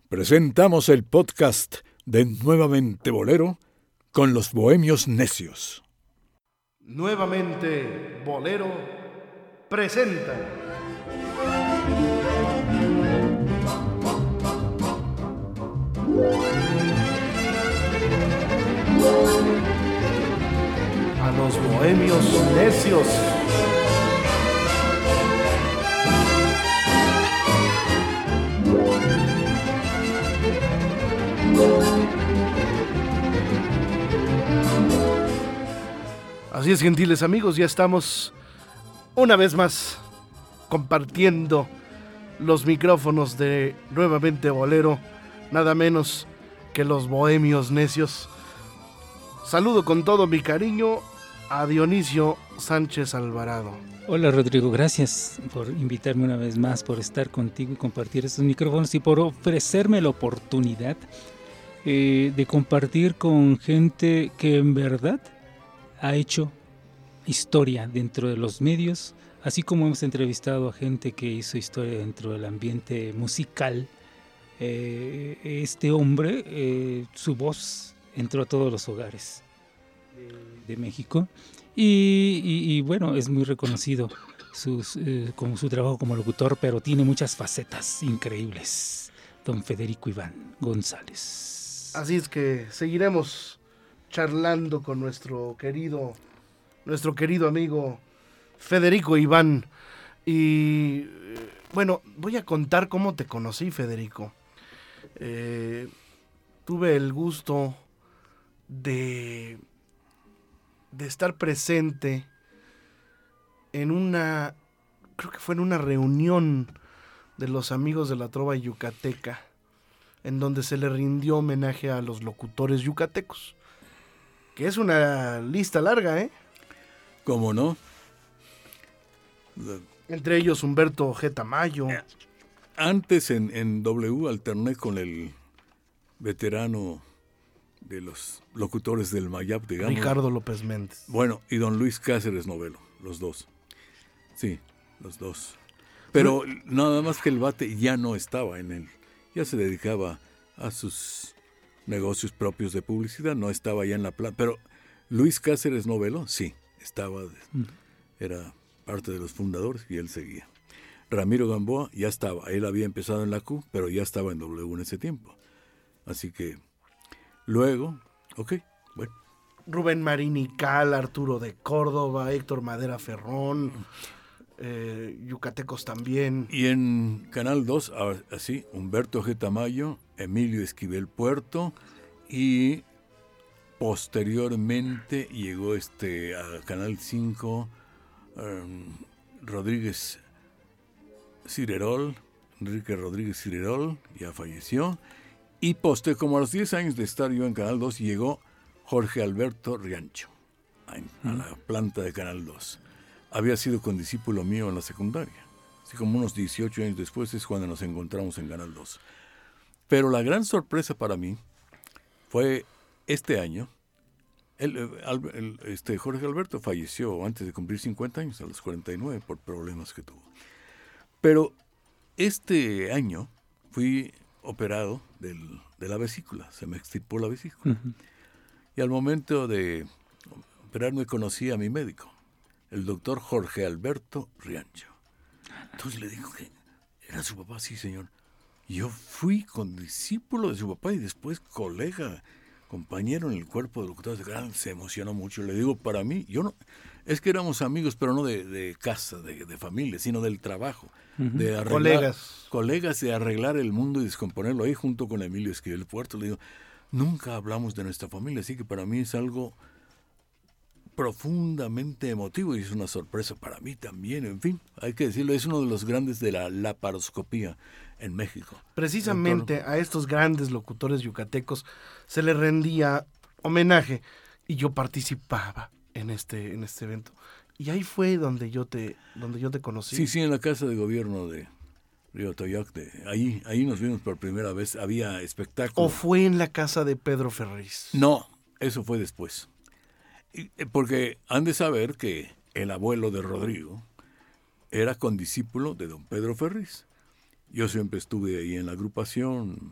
presentamos el podcast de Nuevamente Bolero con los Bohemios Necios. Nuevamente Bolero presenta a los Bohemios Necios. Así es, gentiles amigos, ya estamos una vez más compartiendo los micrófonos de Nuevamente Bolero, nada menos que los Bohemios Necios. Saludo con todo mi cariño a Dionisio Sánchez Alvarado. Hola Rodrigo, gracias por invitarme una vez más, por estar contigo y compartir estos micrófonos y por ofrecerme la oportunidad de compartir con gente que en verdad ha hecho historia dentro de los medios, así como hemos entrevistado a gente que hizo historia dentro del ambiente musical. Este hombre, su voz entró a todos los hogares de México y bueno, es muy reconocido como su trabajo como locutor, pero tiene muchas facetas increíbles. Don Federico Iván González. Así es que seguiremos charlando con nuestro querido amigo Federico Iván. Y bueno, voy a contar cómo te conocí, Federico. Tuve el gusto de estar presente creo que fue en una reunión de los amigos de la Trova Yucateca, en donde se le rindió homenaje a los locutores yucatecos, que es una lista larga, ¿eh? ¿Cómo no? Entre ellos Humberto G. Tamayo. Antes en W alterné con el veterano de los locutores del Mayab, digamos. Ricardo López Méndez. Bueno, y don Luis Cáceres Novelo, los dos. Sí, los dos. Pero nada más que el Bate ya no estaba en él. Ya se dedicaba a sus negocios propios de publicidad, no estaba ya en la planta. Pero Luis Cáceres Novelo, sí, estaba, era parte de los fundadores y él seguía. Ramiro Gamboa ya estaba, él había empezado en la Q, pero ya estaba en W en ese tiempo. Así que luego, bueno. Rubén Marín Cal, Arturo de Córdoba, Héctor Madera Ferrón, yucatecos también. Y en Canal 2, así, Humberto G. Tamayo, Emilio Esquivel Puerto, y posteriormente llegó a Canal 5 Enrique Rodríguez Cirerol, ya falleció, y como a los 10 años de estar yo en Canal 2, llegó Jorge Alberto Riancho a la planta de Canal 2. Había sido condiscípulo mío en la secundaria. Así como unos 18 años después es cuando nos encontramos en Canal 2. Pero la gran sorpresa para mí fue este año. Jorge Alberto falleció antes de cumplir 50 años, a los 49, por problemas que tuvo. Pero este año fui operado de la vesícula, se me extirpó la vesícula. Uh-huh. Y al momento de operarme conocí a mi médico, el doctor Jorge Alberto Riancho. Entonces le digo que era su papá. Sí, señor. Yo fui condiscípulo de su papá y después colega, compañero en el cuerpo de locutores de Canal. Se emocionó mucho. Le digo, para mí, yo no, es que éramos amigos, pero no de casa, de familia, sino del trabajo. Uh-huh. De arreglar, colegas de arreglar el mundo y descomponerlo ahí junto con Emilio Esquivel Puerto. Le digo, nunca hablamos de nuestra familia, así que para mí es algo profundamente emotivo y es una sorpresa para mí también. En fin, hay que decirlo, es uno de los grandes de la laparoscopía en México. Precisamente a estos grandes locutores yucatecos se les rendía homenaje y yo participaba en este evento. Y ahí fue donde yo te conocí. Sí, en la Casa de Gobierno de Río Toyac. Ahí nos vimos por primera vez, había espectáculo. ¿O fue en la casa de Pedro Ferriz? No, eso fue después. Porque han de saber que el abuelo de Rodrigo era condiscípulo de don Pedro Ferriz. Yo siempre estuve ahí en la agrupación,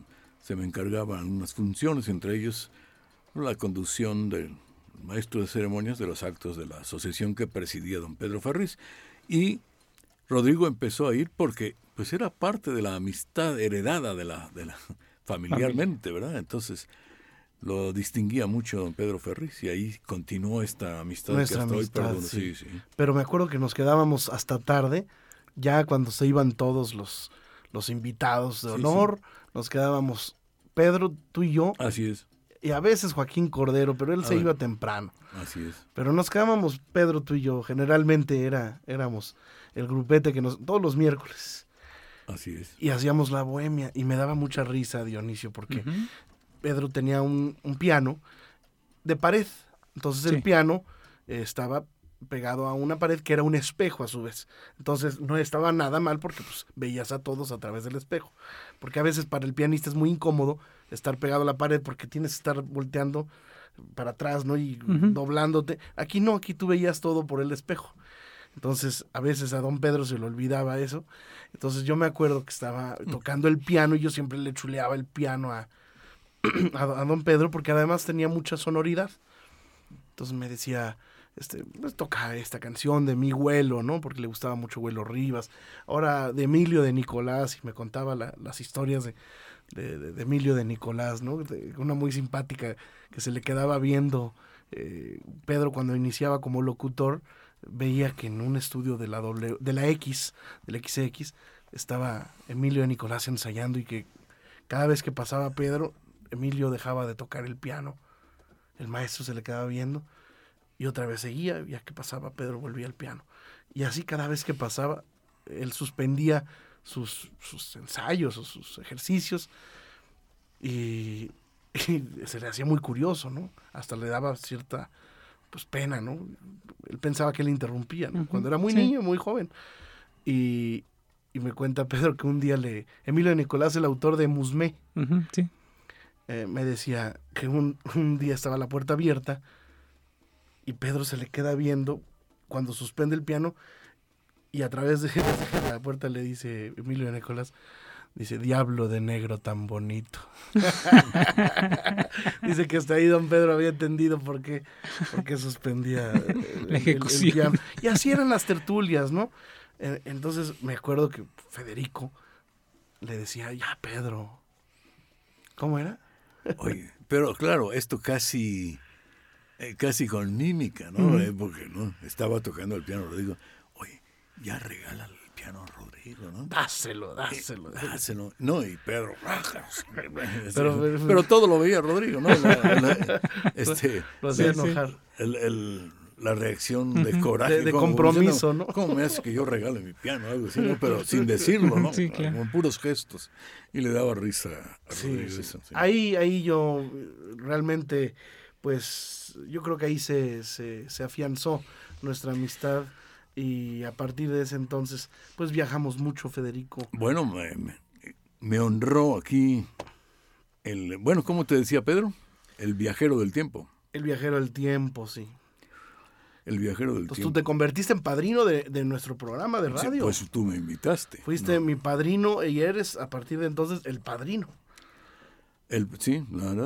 se me encargaban unas funciones, entre ellos la conducción del maestro de ceremonias de los actos de la asociación que presidía don Pedro Ferriz. Y Rodrigo empezó a ir porque pues era parte de la amistad heredada de la familiarmente, ¿verdad? Entonces lo distinguía mucho don Pedro Ferriz y ahí continuó esta amistad Nuestra que hasta amistad, hoy perdura. sí. Sí. Pero me acuerdo que nos quedábamos hasta tarde, ya cuando se iban todos los invitados de honor, nos quedábamos Pedro, tú y yo, Así es, y a veces Joaquín Cordero, pero él se iba temprano. así es. Pero nos quedábamos Pedro, tú y yo, generalmente éramos el grupete todos los miércoles. Así es. Y hacíamos la bohemia, y me daba mucha risa, Dionisio, porque Pedro tenía un piano de pared. Entonces el piano estaba pegado a una pared que era un espejo a su vez. Entonces no estaba nada mal porque pues veías a todos a través del espejo. Porque a veces para el pianista es muy incómodo estar pegado a la pared porque tienes que estar volteando para atrás, ¿no? Y doblándote. Aquí no, aquí tú veías todo por el espejo. Entonces, a veces a don Pedro se le olvidaba eso. Entonces yo me acuerdo que estaba tocando el piano y yo siempre le chuleaba el piano a don Pedro porque además tenía mucha sonoridad. Entonces me decía, pues toca esta canción de Mi Güelo, ¿no? Porque le gustaba mucho Güelo Rivas. Ahora de Emilio de Nicolás, y me contaba las historias de Emilio de Nicolás, ¿no? Una muy simpática que se le quedaba viendo Pedro cuando iniciaba como locutor. Veía que en un estudio de la XX, estaba Emilio de Nicolás ensayando y que cada vez que pasaba Pedro, Emilio dejaba de tocar el piano. El maestro se le quedaba viendo y otra vez seguía, ya que pasaba Pedro volvía al piano. Y así cada vez que pasaba, él suspendía sus ensayos o sus ejercicios y se le hacía muy curioso, ¿no? Hasta le daba cierta pues pena, ¿no? Él pensaba que le interrumpía, ¿no? Cuando era muy niño, muy joven. Y me cuenta Pedro que un día Emilio de Nicolás, el autor de Musmé, me decía que un día estaba la puerta abierta y Pedro se le queda viendo cuando suspende el piano y a través de la puerta le dice Emilio de Nicolás, dice, diablo de negro tan bonito. Dice que hasta ahí don Pedro había entendido por qué suspendía la ejecución. El piano. Y así eran las tertulias, ¿no? Entonces me acuerdo que Federico le decía, ya Pedro, ¿cómo era? Oye, pero claro, esto casi con mímica, ¿no? Porque no estaba tocando el piano, Rodrigo. Oye, ya regálale el piano a Rodrigo, ¿no? Dáselo. No, y Pedro, pero todo lo veía Rodrigo, ¿no? Lo hacía enojar. La reacción de coraje. De compromiso, diciendo, ¿no? ¿Cómo me hace que yo regale mi piano? Algo así, ¿no? Pero sin decirlo, ¿no? Sí, claro. Con puros gestos. Y le daba risa a Rodrigo. Sí. Eso, sí. Ahí yo realmente, pues, yo creo que ahí se afianzó nuestra amistad. Y a partir de ese entonces, pues viajamos mucho, Federico. Bueno, me honró aquí bueno, ¿cómo te decía Pedro? El viajero del tiempo. El viajero del tiempo, sí. El viajero del Entonces, tiempo. tú te convertiste en padrino de nuestro programa de radio. Sí, pues tú me invitaste. Fuiste mi padrino y eres a partir de entonces el padrino. Sí.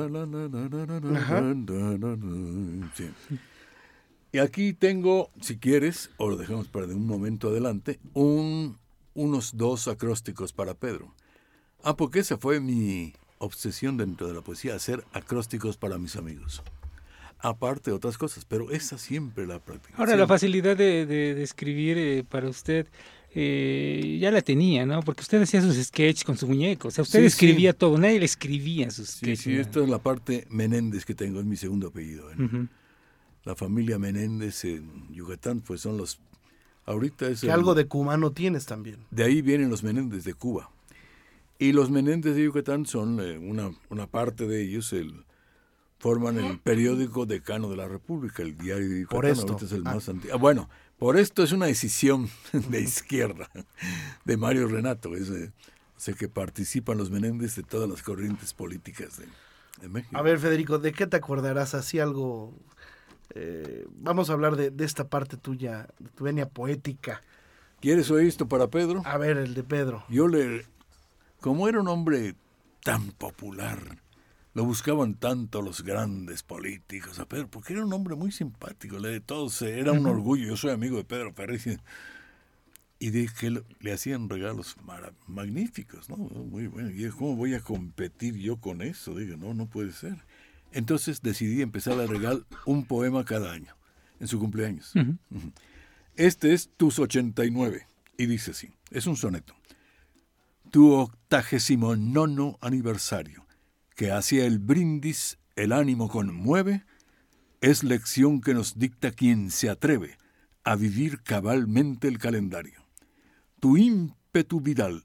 Sí. Y aquí tengo, si quieres, o lo dejamos para de un momento adelante, unos 2 acrósticos para Pedro. Porque esa fue mi obsesión dentro de la poesía, hacer acrósticos para mis amigos. Aparte de otras cosas, pero esa siempre la practiqué. Ahora, la facilidad de escribir para usted ya la tenía, ¿no? Porque usted hacía sus sketches con su muñeco. O sea, usted escribía todo, nadie le escribía sus sketches. Sí, esta es la parte Menéndez que tengo, es mi segundo apellido. La familia Menéndez en Yucatán, pues son los... Ahorita es... algo de cubano tienes también. De ahí vienen los Menéndez de Cuba. Y los Menéndez de Yucatán son una parte de ellos, forman el periódico Decano de la República, el diario de Yucatán. Por esto. Ahorita es el más antiguo. Bueno, por esto es una decisión de izquierda, de Mario Renato. O sea, que participan los Menéndez de todas las corrientes políticas de México. A ver, Federico, ¿de qué te acordarás? Así algo... vamos a hablar de esta parte tuya, de tu venia poética. ¿Quieres oír esto para Pedro? A ver, el de Pedro. Como era un hombre tan popular. Lo buscaban tanto los grandes políticos a Pedro, porque era un hombre muy simpático, de todos era un orgullo. Yo soy amigo de Pedro Ferriz y de que le hacían regalos magníficos, ¿no? Muy bueno. Y ¿cómo voy a competir yo con eso? Digo, no puede ser. Entonces decidí empezar a regalar un poema cada año, en su cumpleaños. Este es tus 89, y dice así, es un soneto. Tu 89 aniversario, que hacia el brindis el ánimo conmueve, es lección que nos dicta quien se atreve a vivir cabalmente el calendario. Tu ímpetu vital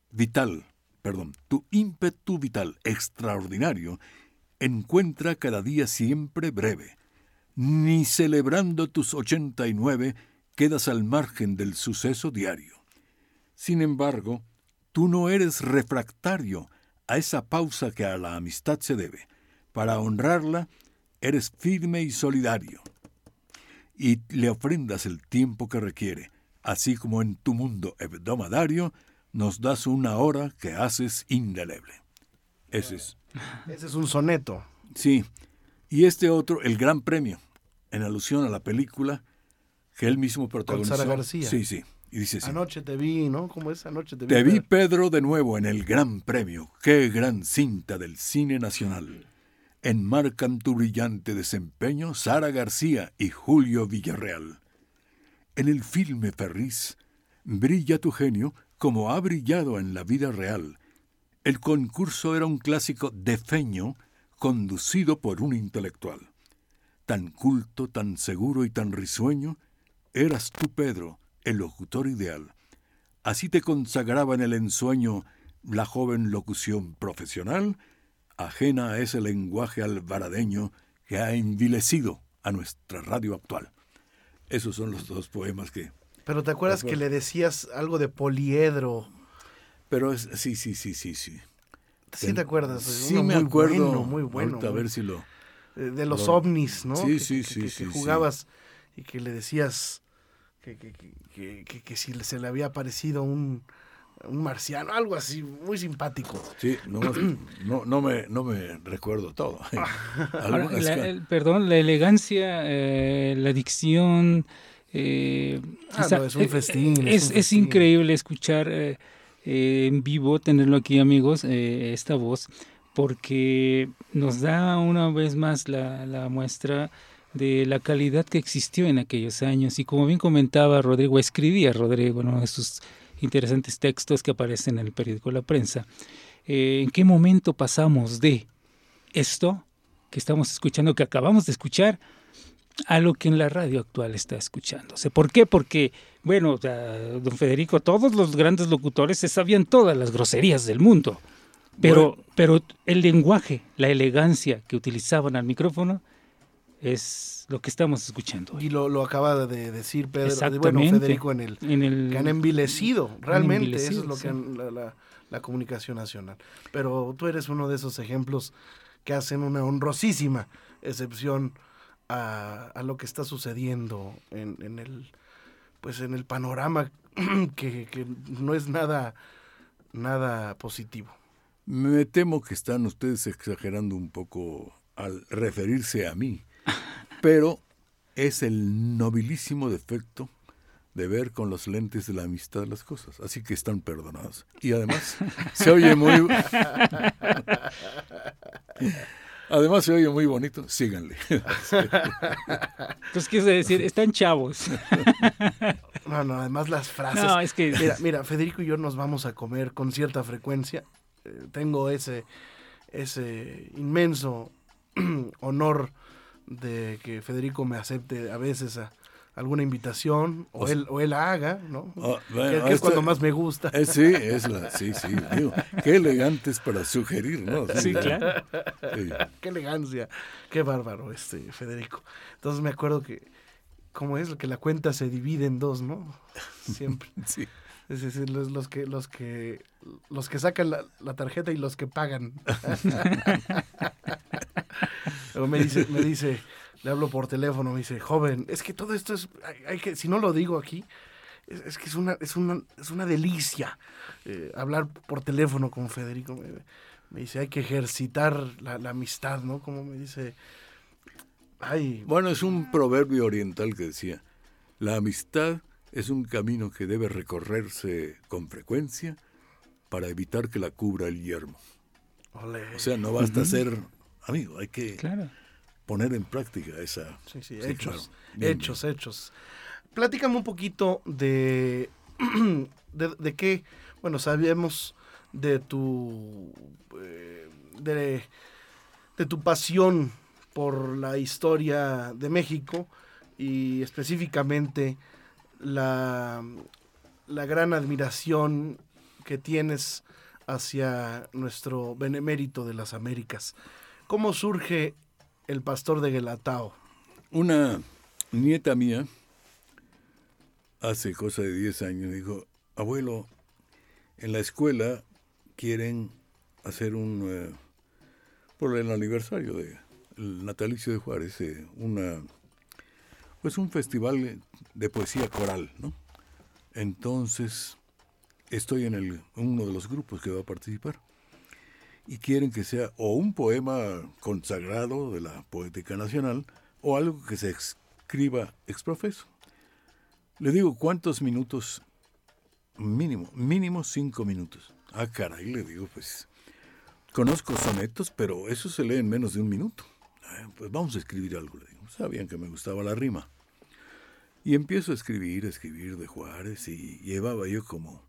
extraordinario encuentra cada día siempre breve. Ni celebrando tus 89 quedas al margen del suceso diario. Sin embargo, tú no eres refractario a esa pausa que a la amistad se debe. Para honrarla, eres firme y solidario. Y le ofrendas el tiempo que requiere, así como en tu mundo hebdomadario nos das una hora que haces indeleble. Ese es un soneto. Sí. Y este otro, el Gran Premio, en alusión a la película que él mismo protagonizó. Con Sara García. Sí. Y dice así. Anoche te vi, ¿no? ¿Cómo es? Anoche te vi. Te vi, Pedro, de nuevo en el Gran Premio. ¡Qué gran cinta del cine nacional! Enmarcan tu brillante desempeño Sara García y Julio Villarreal. En el filme Ferriz brilla tu genio como ha brillado en la vida real. El concurso era un clásico defeño conducido por un intelectual. Tan culto, tan seguro y tan risueño, eras tú, Pedro, el locutor ideal. Así te consagraba en el ensueño la joven locución profesional, ajena a ese lenguaje alvaradeño que ha envilecido a nuestra radio actual. Esos son los dos poemas que... Pero ¿te acuerdas que le decías algo de poliedro? Pero sí. ¿Sí te acuerdas? Sí, me acuerdo. Muy bueno. Ahorita a ver si lo... De los ovnis, ¿no? Sí. Que jugabas y que le decías que si se le había aparecido un marciano, algo así, muy simpático. Sí, no me recuerdo todo. Ahora, la elegancia, la dicción... es un festín. Es increíble escuchar en vivo, tenerlo aquí, amigos, esta voz, porque nos da una vez más la muestra de la calidad que existió en aquellos años. Y como bien comentaba Rodrigo, escribía Rodrigo, ¿no?, de sus interesantes textos que aparecen en el periódico La Prensa. ¿En qué momento pasamos de esto que estamos escuchando, que acabamos de escuchar, a lo que en la radio actual está escuchándose? ¿Por qué? Porque, bueno, don Federico, todos los grandes locutores se sabían todas las groserías del mundo, pero el lenguaje, la elegancia que utilizaban al micrófono es lo que estamos escuchando hoy. Y lo acaba de decir Pedro, Federico, en el que han envilecido, realmente, eso es lo que la comunicación nacional. Pero tú eres uno de esos ejemplos que hacen una honrosísima excepción a lo que está sucediendo en el panorama que no es nada positivo. Me temo que están ustedes exagerando un poco al referirse a mí, pero es el nobilísimo defecto de ver con los lentes de la amistad las cosas, así que están perdonados. Y además se oye muy... Además se oye muy bonito, síganle. Entonces, ¿qué decir? Están chavos. No, además las frases. No, es que... Mira, Federico y yo nos vamos a comer con cierta frecuencia. Tengo ese inmenso honor de que Federico me acepte a veces alguna invitación, o él la haga, ¿no? Bueno, que es cuando más me gusta. Sí, digo, qué elegantes para sugerir, ¿no? Sí, claro. Sí. Qué elegancia, qué bárbaro Federico. Entonces me acuerdo que, ¿cómo es? Que la cuenta se divide en dos, ¿no? Siempre. Sí. Es decir, los que sacan la tarjeta y los que pagan. Luego me dice, le hablo por teléfono, me dice, joven, es que todo esto hay que, si no lo digo aquí, es que es una delicia hablar por teléfono con Federico. Me dice, hay que ejercitar la amistad, ¿no? Como me dice, ay. Bueno, es un proverbio oriental que decía, la amistad es un camino que debe recorrerse con frecuencia para evitar que la cubra el yermo. Olé. O sea, no basta ser amigo, hay que Claro. poner en práctica esa... Sí, hechos, claro. Bien, hechos. Platícame un poquito de qué, bueno, sabemos de tu de tu pasión por la historia de México y específicamente la gran admiración que tienes hacia nuestro benemérito de las Américas. ¿Cómo surge El Pastor de Guelatao? Una nieta mía, hace cosa de 10 años, dijo, abuelo, en la escuela quieren hacer por el aniversario del natalicio de Juárez, un festival de poesía coral, ¿no? Entonces, estoy en uno de los grupos que va a participar. Y quieren que sea o un poema consagrado de la Poética Nacional o algo que se escriba ex profeso. Le digo, ¿cuántos minutos? Mínimo 5 minutos. Ah, caray, le digo, pues, conozco sonetos, pero eso se lee en menos de 1 minuto. Pues vamos a escribir algo, le digo. Sabían que me gustaba la rima. Y empiezo a escribir de Juárez, y llevaba yo como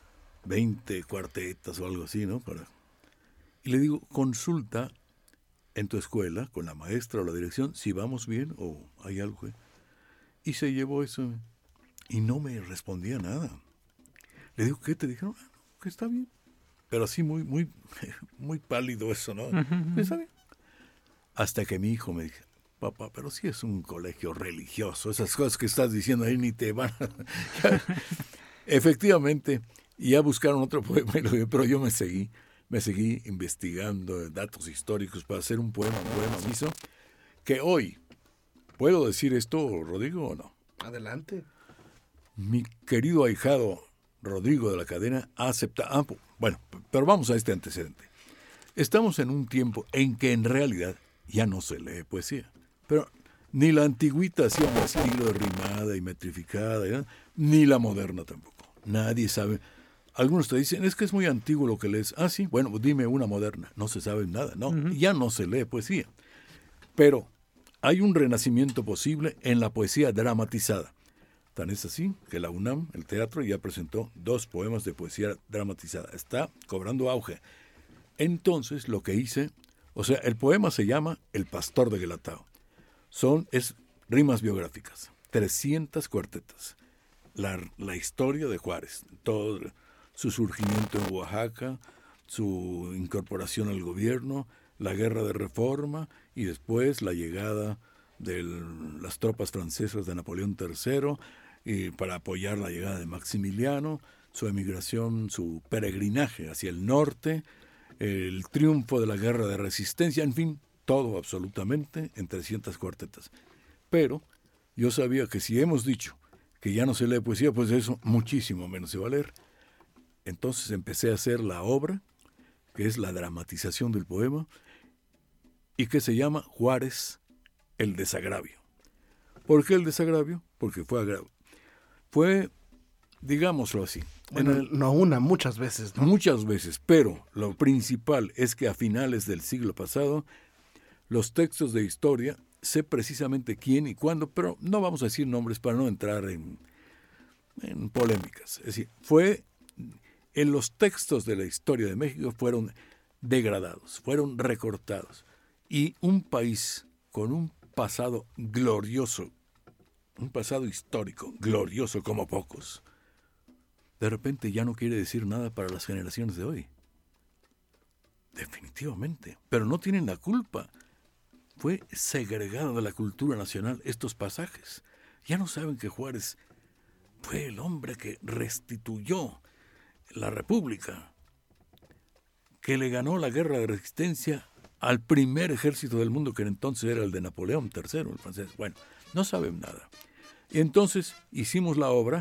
20 cuartetas o algo así, ¿no? Y le digo, consulta en tu escuela con la maestra o la dirección si vamos bien o hay algo. Y se llevó eso y no me respondía nada. Le digo, ¿qué te dijeron? Que está bien. Pero así muy pálido eso, ¿no? Está bien. Hasta que mi hijo me dijo, papá, pero si es un colegio religioso, esas cosas que estás diciendo ahí ni te van a... Efectivamente, ya buscaron otro poema, pero yo me seguí investigando datos históricos para hacer un poema hizo, que hoy, ¿puedo decir esto, Rodrigo, o no? Adelante. Mi querido ahijado Rodrigo de la Cadena ha aceptado... bueno, pero vamos a este antecedente. Estamos en un tiempo en que en realidad ya no se lee poesía, pero ni la antigüita hacía un estilo rimada y metrificada, ni la moderna tampoco. Nadie sabe... Algunos te dicen, es que es muy antiguo lo que lees. Ah, sí, bueno, pues dime una moderna. No se sabe nada, ¿no? Ya no se lee poesía. Pero hay un renacimiento posible en la poesía dramatizada. Tan es así que la UNAM, el teatro, ya presentó 2 poemas de poesía dramatizada. Está cobrando auge. Entonces, lo que hice, o sea, el poema se llama El Pastor de Guelatao. Es rimas biográficas, 300 cuartetas. La historia de Juárez, todo su surgimiento en Oaxaca, su incorporación al gobierno, la guerra de reforma y después la llegada de las tropas francesas de Napoleón III para apoyar la llegada de Maximiliano, su emigración, su peregrinaje hacia el norte, el triunfo de la guerra de resistencia, en fin, todo absolutamente en 300 cuartetas. Pero yo sabía que si hemos dicho que ya no se lee poesía, pues eso muchísimo menos se va a leer. Entonces empecé a hacer la obra, que es la dramatización del poema, y que se llama Juárez, el desagravio. ¿Por qué el desagravio? Porque fue agravio. Fue, digámoslo así. Bueno, muchas veces, ¿no? Muchas veces, pero lo principal es que a finales del siglo pasado, los textos de historia, sé precisamente quién y cuándo, pero no vamos a decir nombres para no entrar en polémicas. Es decir, en los textos de la historia de México fueron degradados, fueron recortados. Y un país con un pasado glorioso, un pasado histórico glorioso como pocos, de repente ya no quiere decir nada para las generaciones de hoy. Definitivamente. Pero no tienen la culpa. Fue segregado de la cultura nacional estos pasajes. Ya no saben que Juárez fue el hombre que restituyó la República, que le ganó la guerra de resistencia al primer ejército del mundo, que entonces era el de Napoleón III, el francés. Bueno, no saben nada. Y entonces hicimos la obra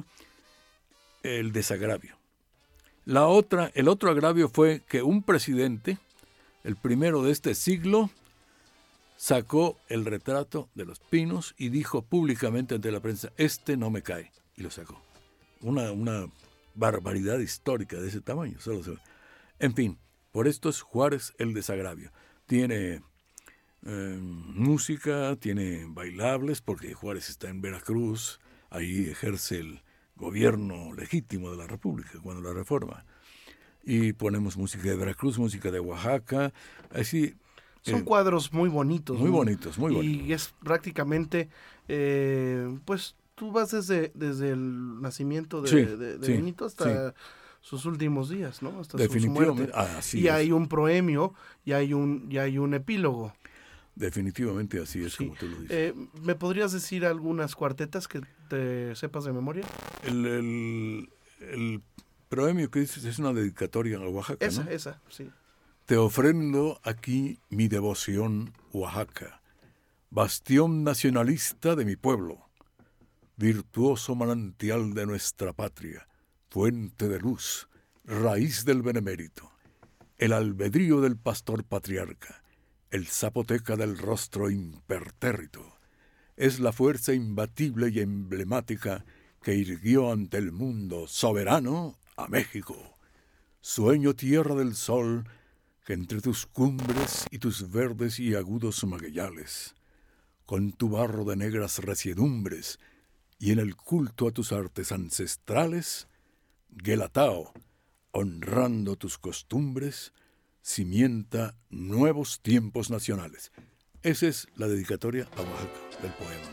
El desagravio. El otro agravio fue que un presidente el primero de este siglo, sacó el retrato de los pinos y dijo públicamente ante la prensa, este no me cae, y lo sacó. Una barbaridad histórica de ese tamaño. En fin, por esto es Juárez el desagravio. Tiene música, tiene bailables, porque Juárez está en Veracruz, ahí ejerce el gobierno legítimo de la República cuando la reforma. Y ponemos música de Veracruz, música de Oaxaca, así. Son cuadros muy bonitos. Muy bonitos, muy bonitos. Y es prácticamente, pues tú vas desde el nacimiento de Benito hasta sus últimos días, ¿no? Hasta su muerte. Y hay un proemio y hay un epílogo. Definitivamente así es, como tú lo dices. ¿Me podrías decir algunas cuartetas que te sepas de memoria? El proemio que dices es una dedicatoria a Oaxaca, ¿no? Esa, sí. Te ofrendo aquí mi devoción, Oaxaca, bastión nacionalista de mi pueblo, virtuoso manantial de nuestra patria, fuente de luz, raíz del benemérito, el albedrío del pastor patriarca, el zapoteca del rostro impertérrito. Es la fuerza imbatible y emblemática que irguió ante el mundo soberano a México. Sueño tierra del sol, que entre tus cumbres y tus verdes y agudos magueyales, con tu barro de negras reciedumbres y en el culto a tus artes ancestrales, Guelatao, honrando tus costumbres, cimienta nuevos tiempos nacionales. Esa es la dedicatoria a Oaxaca del poema.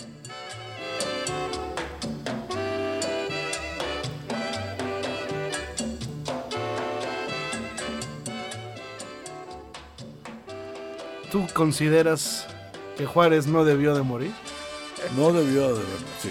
¿Tú consideras que Juárez no debió de morir? No debió de morir, sí.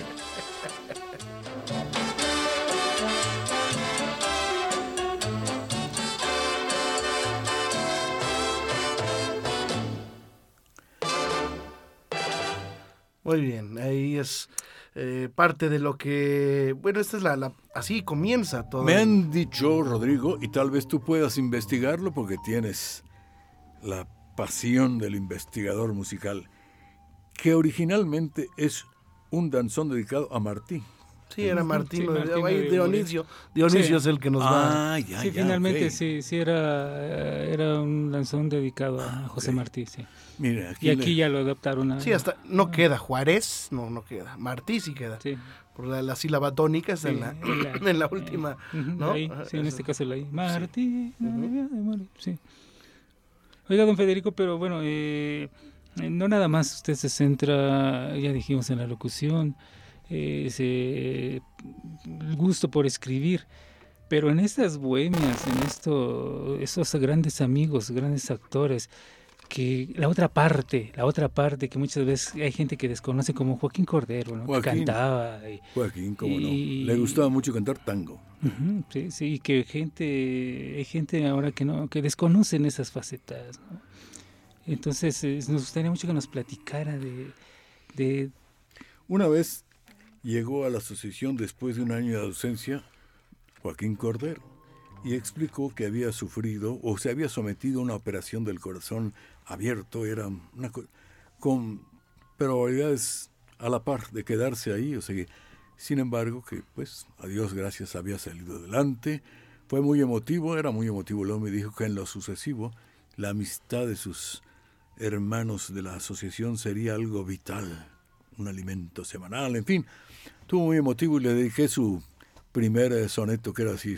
Muy bien, ahí es parte de lo que... Bueno, esta es así comienza todo. Me han dicho, Rodrigo, y tal vez tú puedas investigarlo porque tienes la pasión del investigador musical, que originalmente es un danzón dedicado a Martí. Sí, era Martín, sí, Dionisio. Dionisio es el que nos va... Sí, finalmente okay. sí, era un danzón dedicado a José Martí, sí. Mira, aquí ya lo adaptaron a... Sí, hasta no queda Juárez, no queda. Martí sí queda. Sí. Por la sílaba tónica está en la última, ¿no? Ahí, sí, en este caso la I. Martí, sí. Oiga, don Federico, pero bueno, no nada más usted se centra, ya dijimos, en la locución, el gusto por escribir, pero en estas bohemias, en esos grandes amigos, grandes actores, que la otra parte que muchas veces hay gente que desconoce, como Joaquín Cordero, ¿no? Que cantaba. Joaquín, cómo no. Le gustaba mucho cantar tango. Sí, y que hay gente ahora que desconocen esas facetas, ¿no? Entonces nos gustaría mucho que nos platicara de... Una vez llegó a la asociación después de un año de ausencia Joaquín Cordero y explicó que había sufrido o se había sometido a una operación del corazón abierto, era una con probabilidades a la par de quedarse ahí, o sea, sin embargo que pues a Dios gracias había salido adelante. Fue muy emotivo, era muy emotivo el hombre, dijo que en lo sucesivo la amistad de sus hermanos de la asociación sería algo vital, un alimento semanal, en fin, estuvo muy emotivo y le dediqué su primer soneto que era así,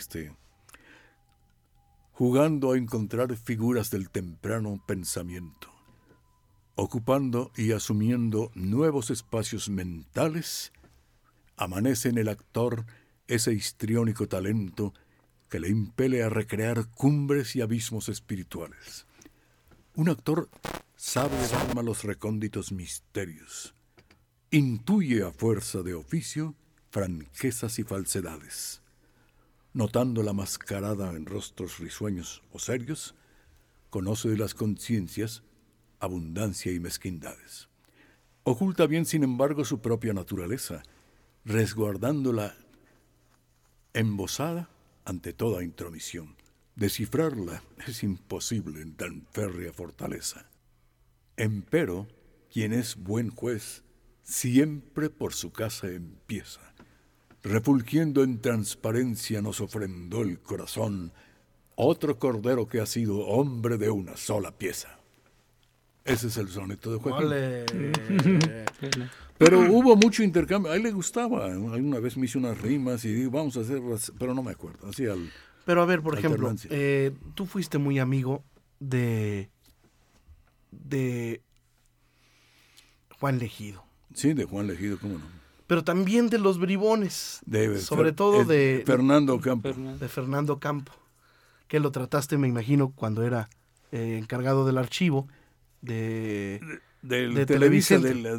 jugando a encontrar figuras del temprano pensamiento, ocupando y asumiendo nuevos espacios mentales, amanece en el actor ese histriónico talento que le impele a recrear cumbres y abismos espirituales. Un actor sabe de alma los recónditos misterios, intuye a fuerza de oficio franquezas y falsedades. Notando la mascarada en rostros risueños o serios, conoce de las conciencias abundancia y mezquindades. Oculta bien, sin embargo, su propia naturaleza, resguardándola embosada ante toda intromisión. Descifrarla es imposible en tan férrea fortaleza. Empero, quien es buen juez, siempre por su casa empieza. Refulgiendo en transparencia nos ofrendó el corazón otro cordero que ha sido hombre de una sola pieza. Ese es el soneto de Joaquín. Ole. Pero hubo mucho intercambio. A él le gustaba. Alguna vez me hice unas rimas y digo, vamos a hacerlas, pero no me acuerdo. Así Pero a ver, por ejemplo, alternancia. tú fuiste muy amigo de Juan Legido, Sí, de Juan Legido, cómo no. pero también de los bribones, De sobre todo de Fernando Campo. de Fernando Campo, que lo trataste, me imagino, cuando era encargado del archivo de Del Televisa, Televisa,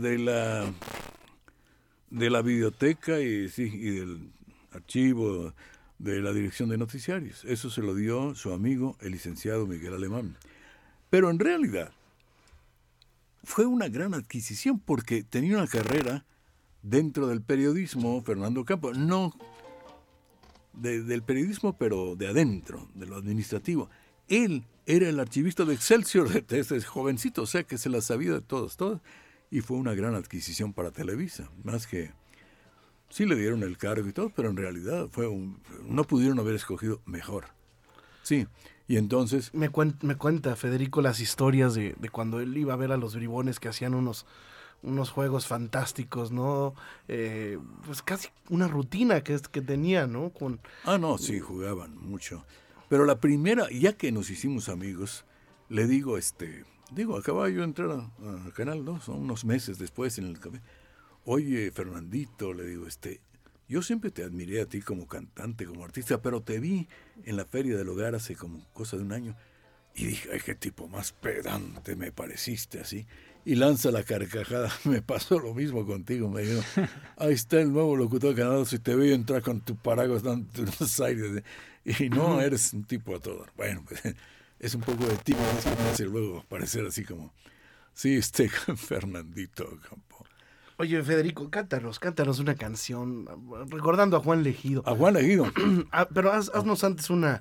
de la biblioteca y del archivo de la dirección de noticiarios. Eso se lo dio su amigo, el licenciado Miguel Alemán. Pero en realidad fue una gran adquisición porque tenía una carrera dentro del periodismo, Fernando Campos, no del periodismo, pero de adentro, de lo administrativo. Él era el archivista de Excelsior desde jovencito, o sea que se la sabía de todas, y fue una gran adquisición para Televisa, más que sí le dieron el cargo y todo, pero en realidad no pudieron haber escogido mejor. Sí, y entonces... Me cuenta Federico las historias de cuando él iba a ver a los bribones que hacían unos juegos fantásticos, ¿no? Pues casi una rutina que tenía, ¿no? no, sí, jugaban mucho. Pero la primera, ya que nos hicimos amigos, le digo, acababa yo de entrar a Canal 2, unos meses después en el café. Oye, Fernandito, le digo, yo siempre te admiré a ti como cantante, como artista, pero te vi en la Feria del Hogar hace como cosa de un año y dije, ay, qué tipo más pedante me pareciste así. Y lanza la carcajada, me pasó lo mismo contigo, me dijo, ahí está el nuevo locutor de Canal 2 y te veo entrar con tu paraguas dando unos aires, y no, eres un tipo a todo. Bueno, pues es un poco de timidez que me hace luego parecer así como, sí, Fernandito Campo. Oye, Federico, cántanos una canción, recordando a Juan Legido. A Juan Legido. Pero haznos antes una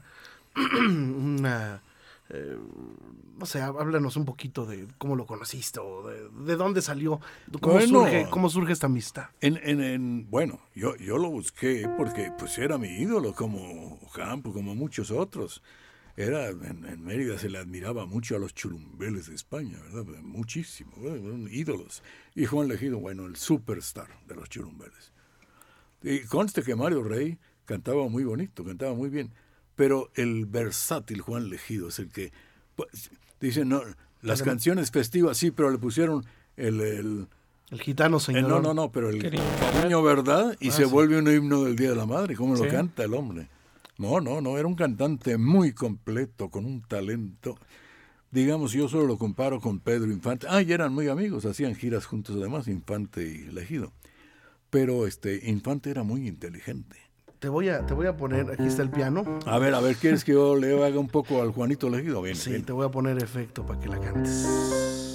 no sé, háblanos un poquito de cómo lo conociste, o de dónde salió, cómo surge esta amistad. Bueno, yo lo busqué porque pues era mi ídolo como Campo, como muchos otros. En Mérida se le admiraba mucho a los churumbeles de España, ¿verdad? Muchísimo, eran ídolos. Y Juan Legido, bueno, el superstar de los churumbeles. Y conste que Mario Rey cantaba muy bonito, cantaba muy bien, pero el versátil Juan Legido es el que, pues, dicen, no, las canciones festivas sí, pero le pusieron el gitano señor. No, pero el cariño, ¿verdad? Y se vuelve un himno del Día de la Madre, ¿cómo lo canta el hombre? No, era un cantante muy completo, con un talento. Digamos, yo solo lo comparo con Pedro Infante. Y eran muy amigos, hacían giras juntos además, Infante y Legido. Pero Infante era muy inteligente. Te voy a poner, aquí está el piano. A ver, ¿quieres que yo le haga un poco al Juanito Legido? Bien, sí, bien. Te voy a poner efecto para que la cantes.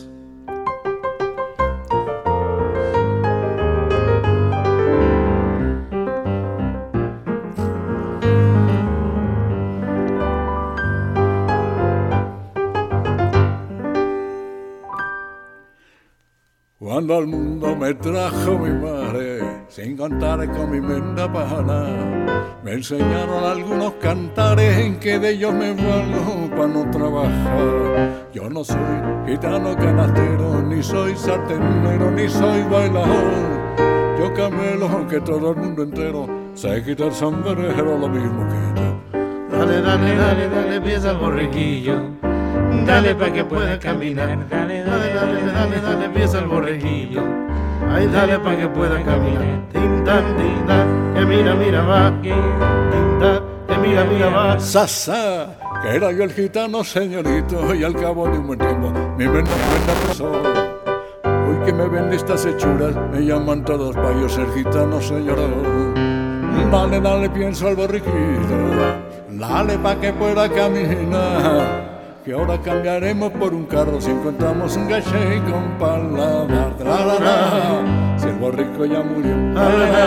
Cuando al mundo me trajo mi madre, sin contar con mi menda pana, me enseñaron algunos cantares en que de ellos me valgo para no trabajar. Yo no soy gitano canastero, ni soy sartenero, ni soy bailador. Yo camelo que todo el mundo entero sé quitar sombrero lo mismo que yo. Dale, empieza el borriquillo. Dale pa' que pueda caminar. Dale, empieza el borriquillo. Ay, dale pa' que pueda caminar. Tinta, que mira, va. Tinta, que mira, va. Sasa, que era yo el gitano señorito, y al cabo de un buen tiempo mi mente empezó. Hoy que me ven estas hechuras, me llaman todos pa' yo ser gitano señorito. Dale, pienso al borriquito. Dale pa' que pueda caminar. Que ahora cambiaremos por un carro si encontramos un gaché con paladar. Si el borrico ya murió,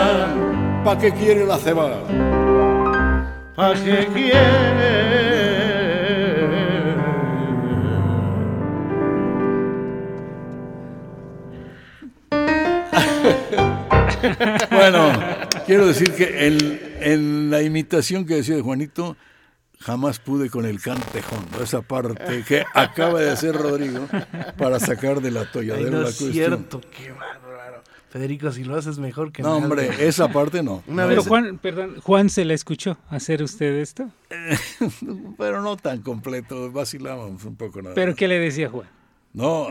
¿pa' qué quiere la cebada? ¿Pa' qué quiere Bueno, quiero decir que en la imitación que decía de Juanito, jamás pude con el cantejón, esa parte que acaba de hacer Rodrigo para sacar del atolladero no la es cuestión. cierto, qué bárbaro. Federico, si lo haces mejor que No, nadie. hombre, esa parte no. Pero Juan se la escuchó hacer usted esto. Pero no tan completo, vacilábamos un poco nada. ¿Pero qué le decía Juan? No,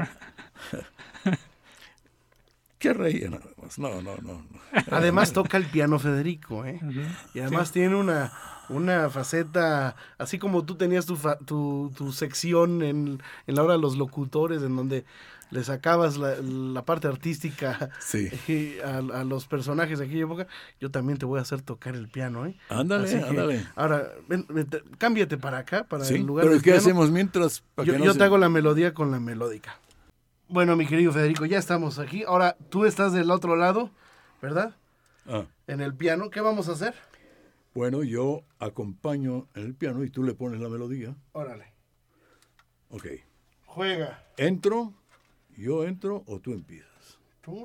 ¿qué reía nada más? No. Además toca el piano Federico, ¿eh? Ujú. Y además tiene una faceta, así como tú tenías tu sección en la hora de los locutores, en donde le sacabas la parte artística Sí. a los personajes de aquella época, yo también te voy a hacer tocar el piano, ¿eh? Ándale, Así que, ándale. ahora, cámbiate para acá, para Sí, el lugar pero del ¿qué piano. hacemos mientras? Yo te hago la melodía con la melódica. Bueno, mi querido Federico, ya estamos aquí. Ahora, tú estás del otro lado, ¿verdad? En el piano. ¿Qué vamos a hacer? Bueno, yo acompaño en el piano y tú le pones la melodía. Órale. Ok. Juega. ¿Yo entro o tú empiezas? Tú.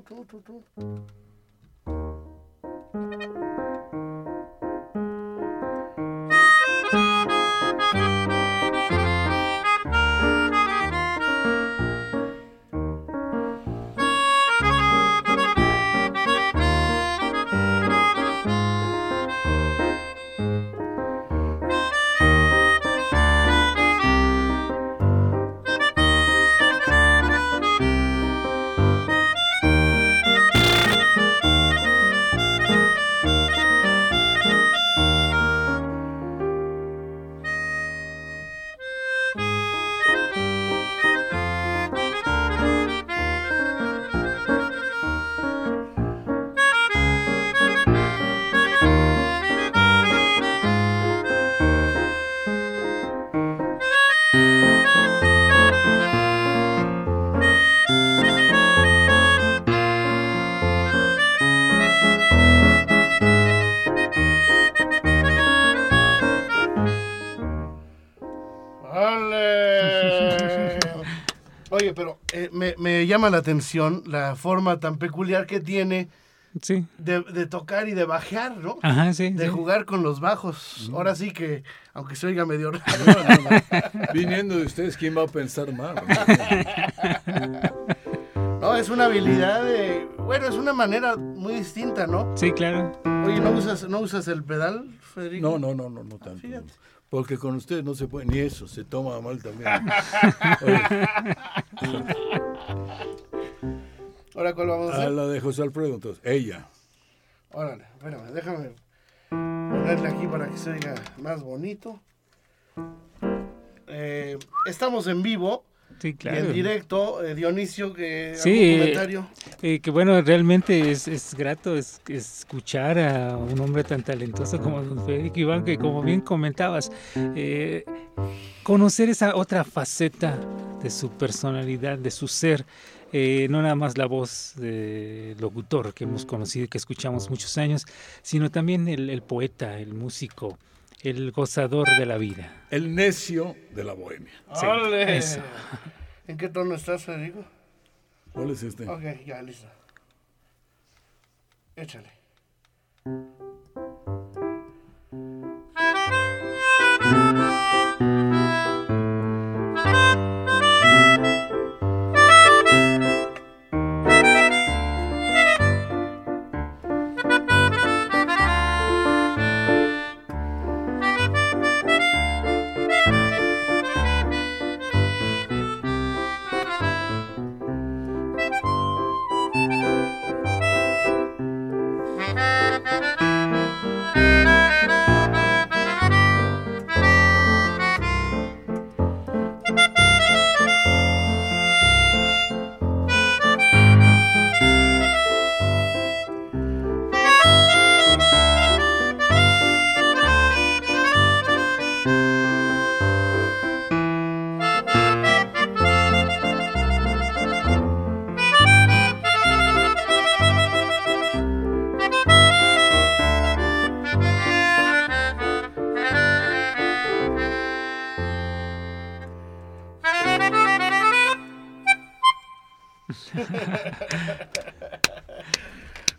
Oye, pero me llama la atención la forma tan peculiar que tiene Sí. de tocar y de bajear, ¿no? Ajá, sí. De sí. jugar con los bajos. Ahora sí que, aunque se oiga medio raro. No. Viniendo de ustedes, ¿quién va a pensar mal? No, es una habilidad bueno, es una manera muy distinta, ¿no? Sí, claro. Oye, ¿no usas el pedal, Federico? No tanto. Fíjate. Porque con ustedes no se puede, ni eso, se toma mal también. Oye, ¿Ahora cuál vamos a a hacer? la de José Alfredo, entonces, ella. Órale, espérame, déjame ponerle aquí para que se oiga más bonito. Estamos en vivo Sí, claro. y en directo. Dionisio, Sí, ¿algún comentario? Que bueno, realmente es grato escuchar a un hombre tan talentoso como don Federico Iván, que como bien comentabas, conocer esa otra faceta de su personalidad, de su ser, no nada más la voz de locutor que hemos conocido y que escuchamos muchos años, sino también el poeta, el músico, el gozador de la vida. El necio de la bohemia. Sí, ¡Ole! eso. ¿En qué tono estás, Federico? ¿Cuál es este? Ok, ya, listo. Échale.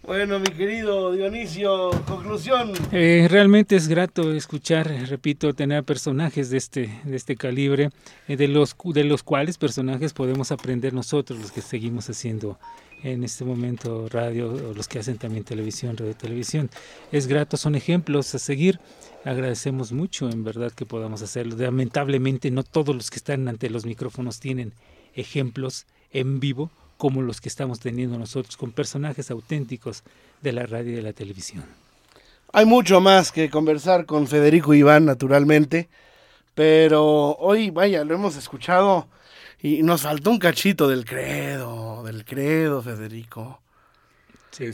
Bueno, mi querido Dionisio, conclusión. Realmente es grato escuchar, repito, tener personajes de este calibre, de los cuales personajes podemos aprender nosotros, los que seguimos haciendo en este momento radio, o los que hacen también televisión, radio televisión. Es grato, son ejemplos a seguir. Agradecemos mucho, en verdad, que podamos hacerlo. Lamentablemente, no todos los que están ante los micrófonos tienen ejemplos en vivo como los que estamos teniendo nosotros con personajes auténticos de la radio y de la televisión. Hay mucho más que conversar con Federico Iván, naturalmente, pero hoy, vaya, lo hemos escuchado y nos faltó un cachito del credo, Federico. Sí.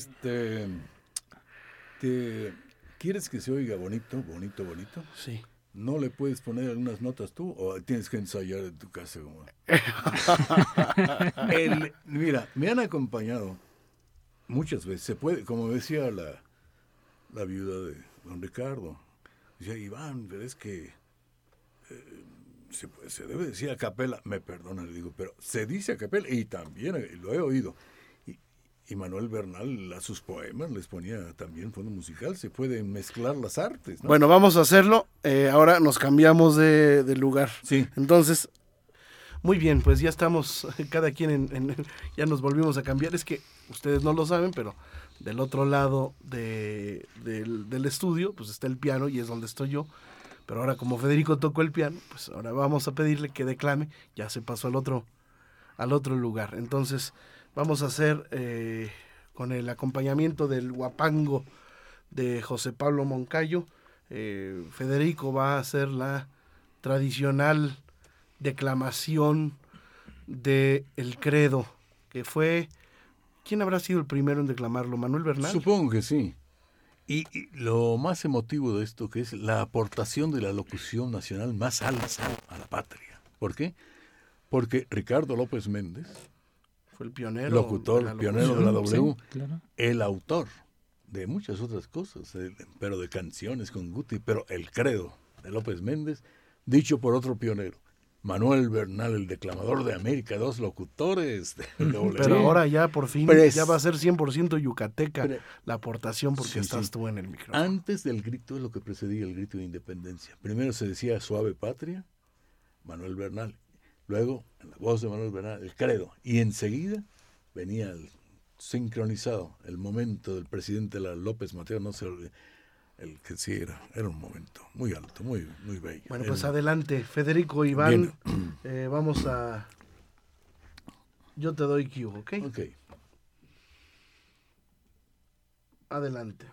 ¿Quieres que se oiga bonito? Sí. ¿No le puedes poner algunas notas tú o tienes que ensayar en tu casa? Mira, me han acompañado muchas veces. Se puede, como decía la viuda de don Ricardo, decía, Iván, pero es que se debe decir a capela. Me perdona, le digo, pero se dice a capela y también lo he oído. Y Manuel Bernal a sus poemas les ponía también fondo musical. Se pueden mezclar las artes, ¿no? Bueno, vamos a hacerlo. Ahora nos cambiamos de lugar. Sí. Entonces, muy bien, pues ya estamos cada quien ya nos volvimos a cambiar. Es que ustedes no lo saben, pero del otro lado del estudio pues está el piano y es donde estoy yo. Pero ahora como Federico tocó el piano, pues ahora vamos a pedirle que declame. Ya se pasó al otro lugar. Entonces vamos a hacer con el acompañamiento del huapango de José Pablo Moncayo. Federico va a hacer la tradicional declamación de El Credo, que fue... ¿Quién habrá sido el primero en declamarlo? ¿Manuel Bernal? Supongo que sí. Y lo más emotivo de esto, que es la aportación de la locución nacional más alta a la patria. ¿Por qué? Porque Ricardo López Méndez, fue el pionero, locutor, pionero de la W, sí, claro. El autor de muchas otras cosas, pero de canciones con Guti, pero El Credo de López Méndez, dicho por otro pionero, Manuel Bernal, el declamador de América, 2 locutores de W. Pero ahora ya por fin ya va a ser 100% yucateca la aportación porque estás tú en el micrófono. Antes del grito es lo que precedía el grito de independencia. Primero se decía Suave Patria, Manuel Bernal. Luego, en la voz de Manuel Bernal, El Credo. Y enseguida venía sincronizado el momento del presidente López Mateo, no se olvide. El que sí era un momento muy alto, muy, muy bello. Bueno, pues adelante, Federico Iván. Vamos a... Yo te doy cue, ¿ok? Ok. Adelante.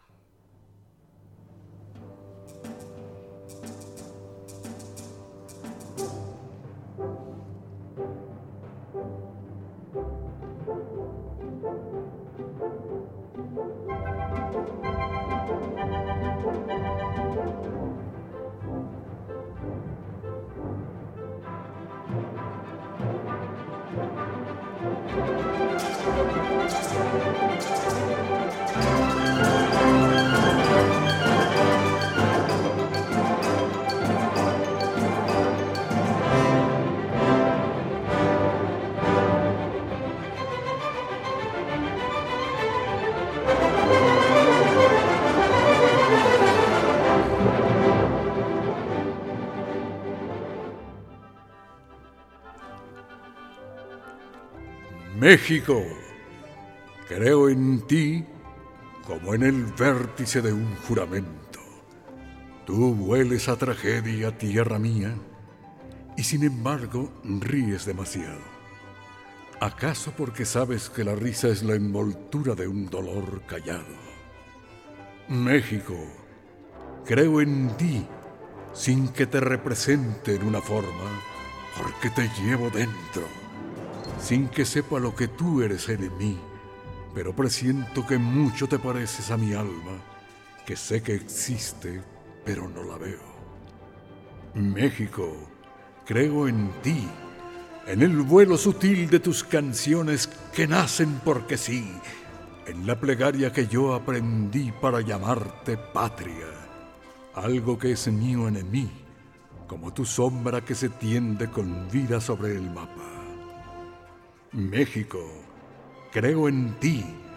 México, creo en ti como en el vértice de un juramento. Tú hueles a tragedia, tierra mía, y sin embargo ríes demasiado. ¿Acaso porque sabes que la risa es la envoltura de un dolor callado? México, creo en ti sin que te represente en una forma, porque te llevo dentro. Sin que sepa lo que tú eres en mí, pero presiento que mucho te pareces a mi alma, que sé que existe, pero no la veo. México, creo en ti, en el vuelo sutil de tus canciones que nacen porque sí, en la plegaria que yo aprendí para llamarte patria, algo que es mío en mí, como tu sombra que se tiende con vida sobre el mapa. México, creo en ti,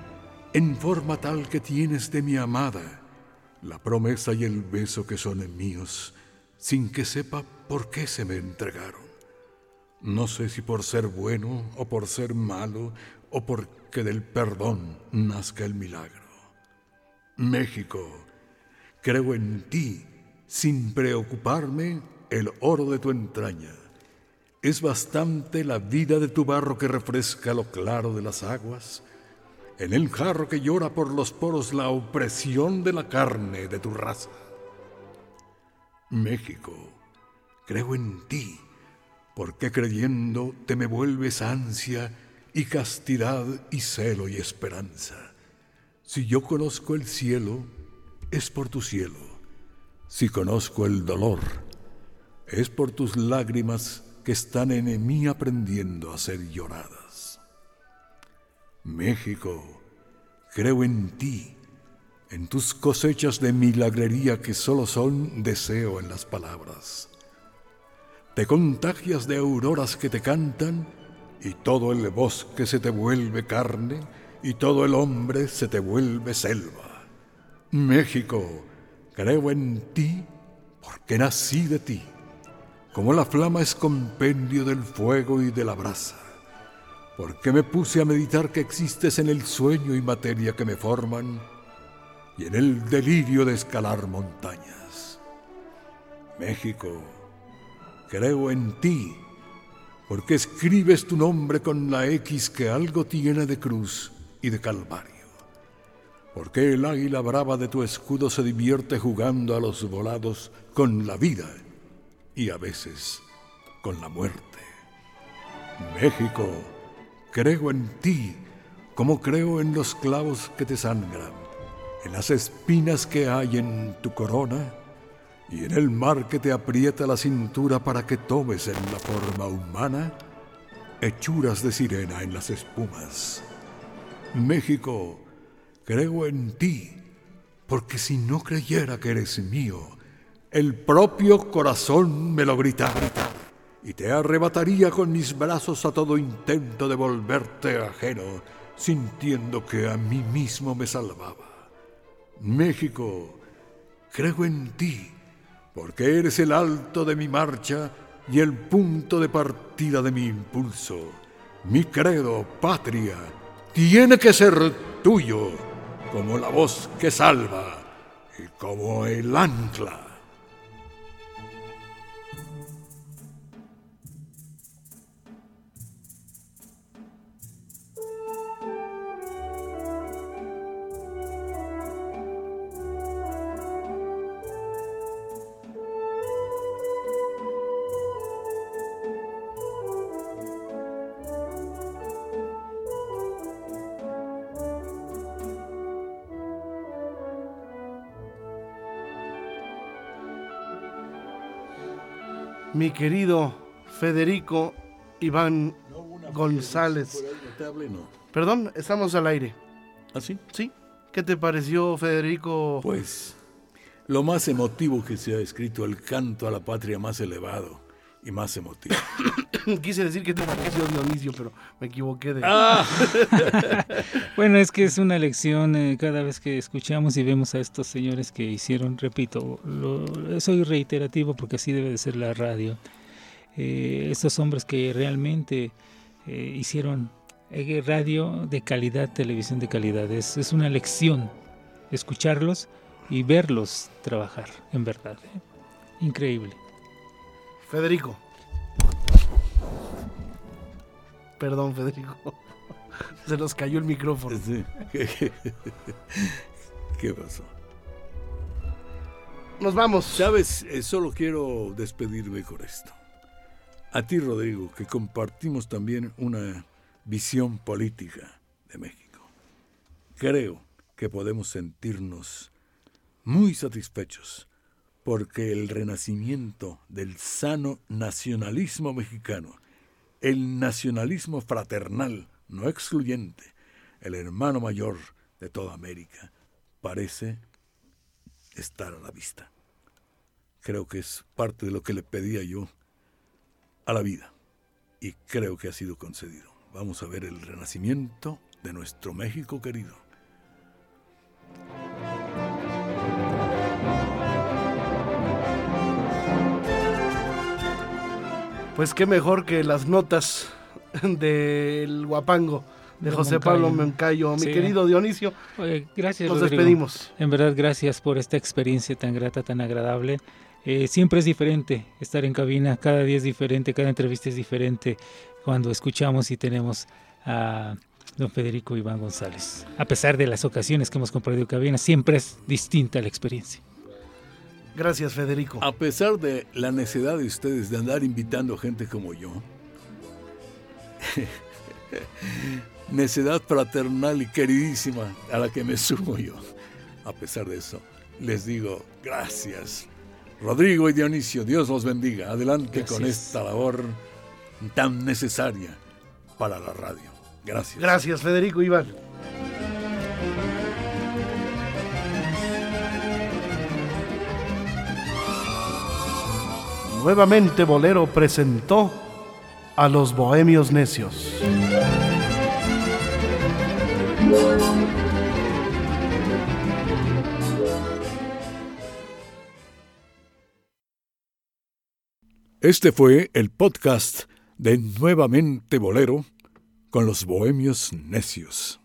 en forma tal que tienes de mi amada la promesa y el beso que son míos, sin que sepa por qué se me entregaron. No sé si por ser bueno o por ser malo, o porque del perdón nazca el milagro. México, creo en ti, sin preocuparme el oro de tu entraña. Es bastante la vida de tu barro que refresca lo claro de las aguas, en el jarro que llora por los poros la opresión de la carne de tu raza. México, creo en ti, porque creyendo te me vuelves ansia y castidad y celo y esperanza. Si yo conozco el cielo, es por tu cielo. Si conozco el dolor, es por tus lágrimas que están en mí aprendiendo a ser lloradas. México, creo en ti, en tus cosechas de milagrería que solo son deseo en las palabras. Te contagias de auroras que te cantan y todo el bosque se te vuelve carne y todo el hombre se te vuelve selva. México, creo en ti porque nací de ti, como la flama es compendio del fuego y de la brasa. Porque me puse a meditar que existes en el sueño y materia que me forman y en el delirio de escalar montañas. México, creo en ti, porque escribes tu nombre con la X que algo tiene de cruz y de calvario. Porque el águila brava de tu escudo se divierte jugando a los volados con la vida y a veces con la muerte. México, creo en ti, como creo en los clavos que te sangran, en las espinas que hay en tu corona y en el mar que te aprieta la cintura para que tomes en la forma humana hechuras de sirena en las espumas. México, creo en ti, porque si no creyera que eres mío, el propio corazón me lo gritara y te arrebataría con mis brazos a todo intento de volverte ajeno, sintiendo que a mí mismo me salvaba. México, creo en ti, porque eres el alto de mi marcha y el punto de partida de mi impulso. Mi credo, patria, tiene que ser tuyo, como la voz que salva y como el ancla. Mi querido Federico Iván González. Perdón, estamos al aire. ¿Ah, sí? ¿Sí? ¿Qué te pareció, Federico? Pues lo más emotivo que se ha escrito, el canto a la patria más elevado y más emotivo. Quise decir que te pareció Dionisio, pero me equivoqué de... Bueno, es que es una lección cada vez que escuchamos y vemos a estos señores que hicieron, repito, soy reiterativo porque así debe de ser la radio. Estos hombres que realmente hicieron radio de calidad, televisión de calidad. Es una lección escucharlos y verlos trabajar, en verdad. Increíble. Federico. Perdón, Federico. Se nos cayó el micrófono. Sí. ¿Qué pasó? Nos vamos. ¿Sabes? Solo quiero despedirme con esto. A ti, Rodrigo, que compartimos también una visión política de México. Creo que podemos sentirnos muy satisfechos porque el renacimiento del sano nacionalismo mexicano, el nacionalismo fraternal, no excluyente, el hermano mayor de toda América, parece estar a la vista. Creo que es parte de lo que le pedía yo a la vida y creo que ha sido concedido. Vamos a ver el renacimiento de nuestro México querido. Pues qué mejor que las notas del Huapango de José Pablo Moncayo. Mi querido Dionisio, gracias, nos Rodrigo. despedimos. En verdad, gracias por esta experiencia tan grata, tan agradable. Siempre es diferente estar en cabina, cada día es diferente, cada entrevista es diferente cuando escuchamos y tenemos a don Federico Iván González. A pesar de las ocasiones que hemos compartido cabina, siempre es distinta la experiencia. Gracias, Federico. A pesar de la necedad de ustedes de andar invitando gente como yo, necedad fraternal y queridísima a la que me sumo yo, a pesar de eso, les digo gracias. Rodrigo y Dionisio, Dios los bendiga. Adelante. Gracias. Con esta labor tan necesaria para la radio. Gracias. Gracias, Federico Iván. Nuevamente Bolero presentó a los Bohemios Necios. Este fue el podcast de Nuevamente Bolero con los Bohemios Necios.